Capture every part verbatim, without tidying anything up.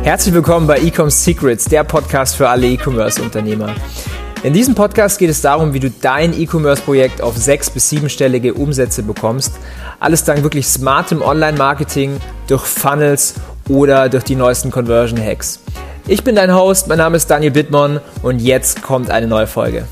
Herzlich willkommen bei Ecom Secrets, der Podcast für alle E-Commerce-Unternehmer. In diesem Podcast geht es darum, wie du dein E-Commerce-Projekt auf sechs- bis siebenstellige Umsätze bekommst. Alles dank wirklich smartem Online-Marketing, durch Funnels oder durch die neuesten Conversion-Hacks. Ich bin dein Host, mein Name ist Daniel Bittmann und jetzt kommt eine neue Folge.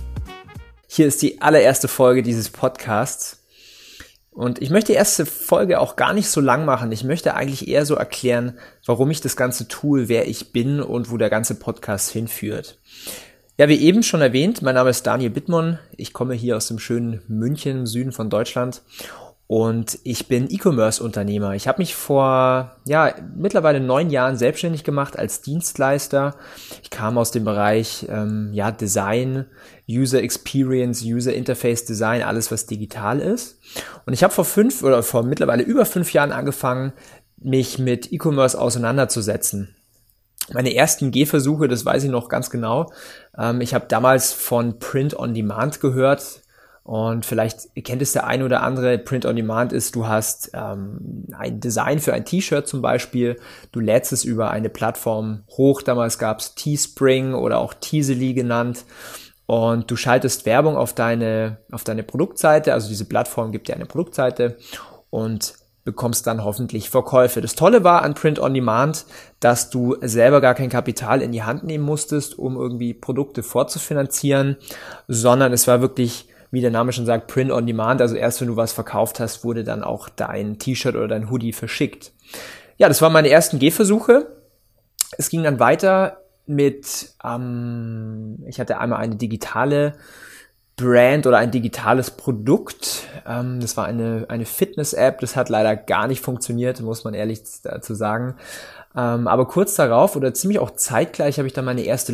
Hier ist die allererste Folge dieses Podcasts. Und ich möchte die erste Folge auch gar nicht so lang machen. Ich möchte eigentlich eher so erklären, warum ich das Ganze tue, wer ich bin und wo der ganze Podcast hinführt. Ja, wie eben schon erwähnt, mein Name ist Daniel Bittmann. Ich komme hier aus dem schönen München im Süden von Deutschland und ich bin E-Commerce-Unternehmer. Ich habe mich vor ja mittlerweile neun Jahren selbstständig gemacht als Dienstleister. Ich kam aus dem Bereich ähm, ja Design, User Experience, User Interface Design, alles was digital ist. Und ich habe vor fünf oder vor mittlerweile über fünf Jahren angefangen, mich mit E-Commerce auseinanderzusetzen. Meine ersten Gehversuche, das weiß ich noch ganz genau. Ähm, ich habe damals von Print on Demand gehört. Und vielleicht kennt es der eine oder andere. Print on Demand ist, du hast ähm, ein Design für ein T-Shirt zum Beispiel, du lädst es über eine Plattform hoch, damals gab es Teespring oder auch Teasely genannt und du schaltest Werbung auf deine auf deine Produktseite, also diese Plattform gibt dir eine Produktseite und bekommst dann hoffentlich Verkäufe. Das Tolle war an Print on Demand, dass du selber gar kein Kapital in die Hand nehmen musstest, um irgendwie Produkte vorzufinanzieren, sondern es war wirklich, wie der Name schon sagt, Print on Demand, also erst wenn du was verkauft hast, wurde dann auch dein T-Shirt oder dein Hoodie verschickt. Ja, das waren meine ersten Gehversuche. Es ging dann weiter mit, ähm, ich hatte einmal eine digitale Brand oder ein digitales Produkt. Ähm, das war eine, eine Fitness-App, das hat leider gar nicht funktioniert, muss man ehrlich dazu sagen. Ähm, aber kurz darauf oder ziemlich auch zeitgleich habe ich dann meine erste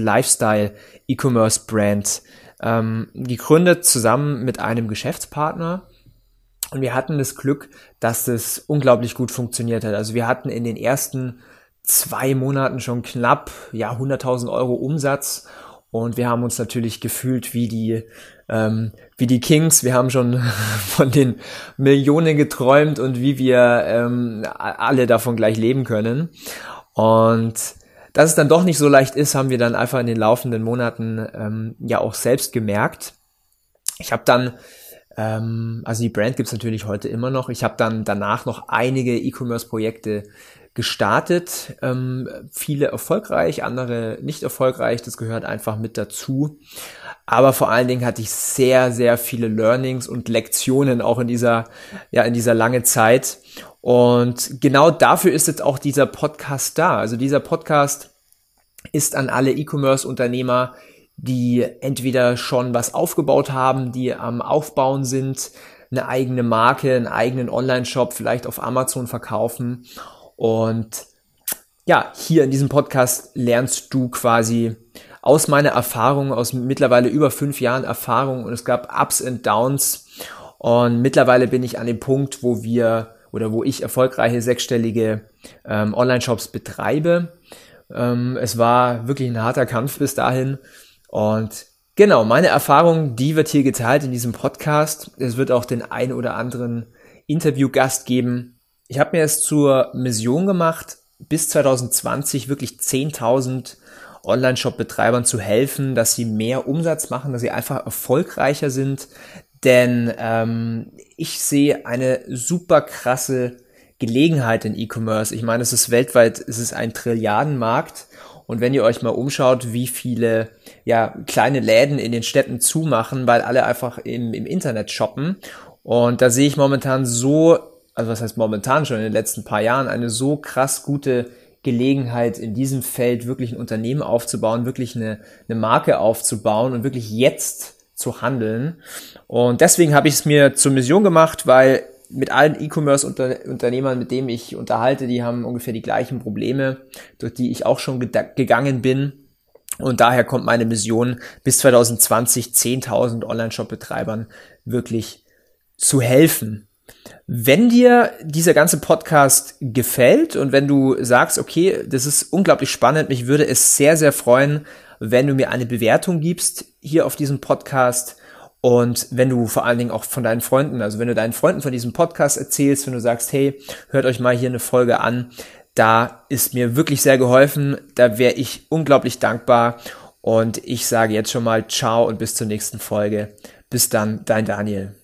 Lifestyle-E-Commerce-Brand Ähm, gegründet zusammen mit einem Geschäftspartner und wir hatten das Glück, dass das unglaublich gut funktioniert hat. Also wir hatten in den ersten zwei Monaten schon knapp ja hunderttausend Euro Umsatz und wir haben uns natürlich gefühlt wie die ähm, wie die Kings. Wir haben schon von den Millionen geträumt und wie wir ähm, alle davon gleich leben können. Und dass es dann doch nicht so leicht ist, haben wir dann einfach in den laufenden Monaten ähm, ja auch selbst gemerkt. Ich habe dann, ähm, also die Brand gibt's natürlich heute immer noch, ich habe dann danach noch einige E-Commerce-Projekte gestartet, ähm, viele erfolgreich, andere nicht erfolgreich, das gehört einfach mit dazu. Aber vor allen Dingen hatte ich sehr, sehr viele Learnings und Lektionen auch in dieser, ja, in dieser lange Zeit. Und genau dafür ist jetzt auch dieser Podcast da. Also dieser Podcast ist an alle E-Commerce-Unternehmer, die entweder schon was aufgebaut haben, die am Aufbauen sind, eine eigene Marke, einen eigenen Online-Shop vielleicht auf Amazon verkaufen. Und ja, hier in diesem Podcast lernst du quasi aus meiner Erfahrung, aus mittlerweile über fünf Jahren Erfahrung, und es gab Ups und Downs, und mittlerweile bin ich an dem Punkt, wo wir oder wo ich erfolgreiche sechsstellige ähm, Online-Shops betreibe. Ähm, es war wirklich ein harter Kampf bis dahin und genau, meine Erfahrung, die wird hier geteilt in diesem Podcast. Es wird auch den ein oder anderen Interviewgast geben. Ich habe mir es zur Mission gemacht, bis zwanzig zwanzig wirklich zehntausend Online-Shop-Betreibern zu helfen, dass sie mehr Umsatz machen, dass sie einfach erfolgreicher sind. Denn ähm, ich sehe eine super krasse Gelegenheit in E-Commerce. Ich meine, es ist weltweit, es ist ein Trilliardenmarkt. Und wenn ihr euch mal umschaut, wie viele ja kleine Läden in den Städten zumachen, weil alle einfach im, im Internet shoppen. Und da sehe ich momentan so, also was heißt momentan schon in den letzten paar Jahren, eine so krass gute Gelegenheit, in diesem Feld wirklich ein Unternehmen aufzubauen, wirklich eine, eine Marke aufzubauen und wirklich jetzt zu handeln. Und deswegen habe ich es mir zur Mission gemacht, weil mit allen E-Commerce-Unternehmern, mit denen ich unterhalte, die haben ungefähr die gleichen Probleme, durch die ich auch schon geda- gegangen bin. Und daher kommt meine Mission, bis zwanzig zwanzig zehntausend Online-Shop-Betreibern wirklich zu helfen. Wenn dir dieser ganze Podcast gefällt und wenn du sagst, okay, das ist unglaublich spannend, mich würde es sehr, sehr freuen, wenn du mir eine Bewertung gibst hier auf diesem Podcast und wenn du vor allen Dingen auch von deinen Freunden, also wenn du deinen Freunden von diesem Podcast erzählst, wenn du sagst, hey, hört euch mal hier eine Folge an, da ist mir wirklich sehr geholfen. Da wäre ich unglaublich dankbar. Und ich sage jetzt schon mal ciao und bis zur nächsten Folge. Bis dann, dein Daniel.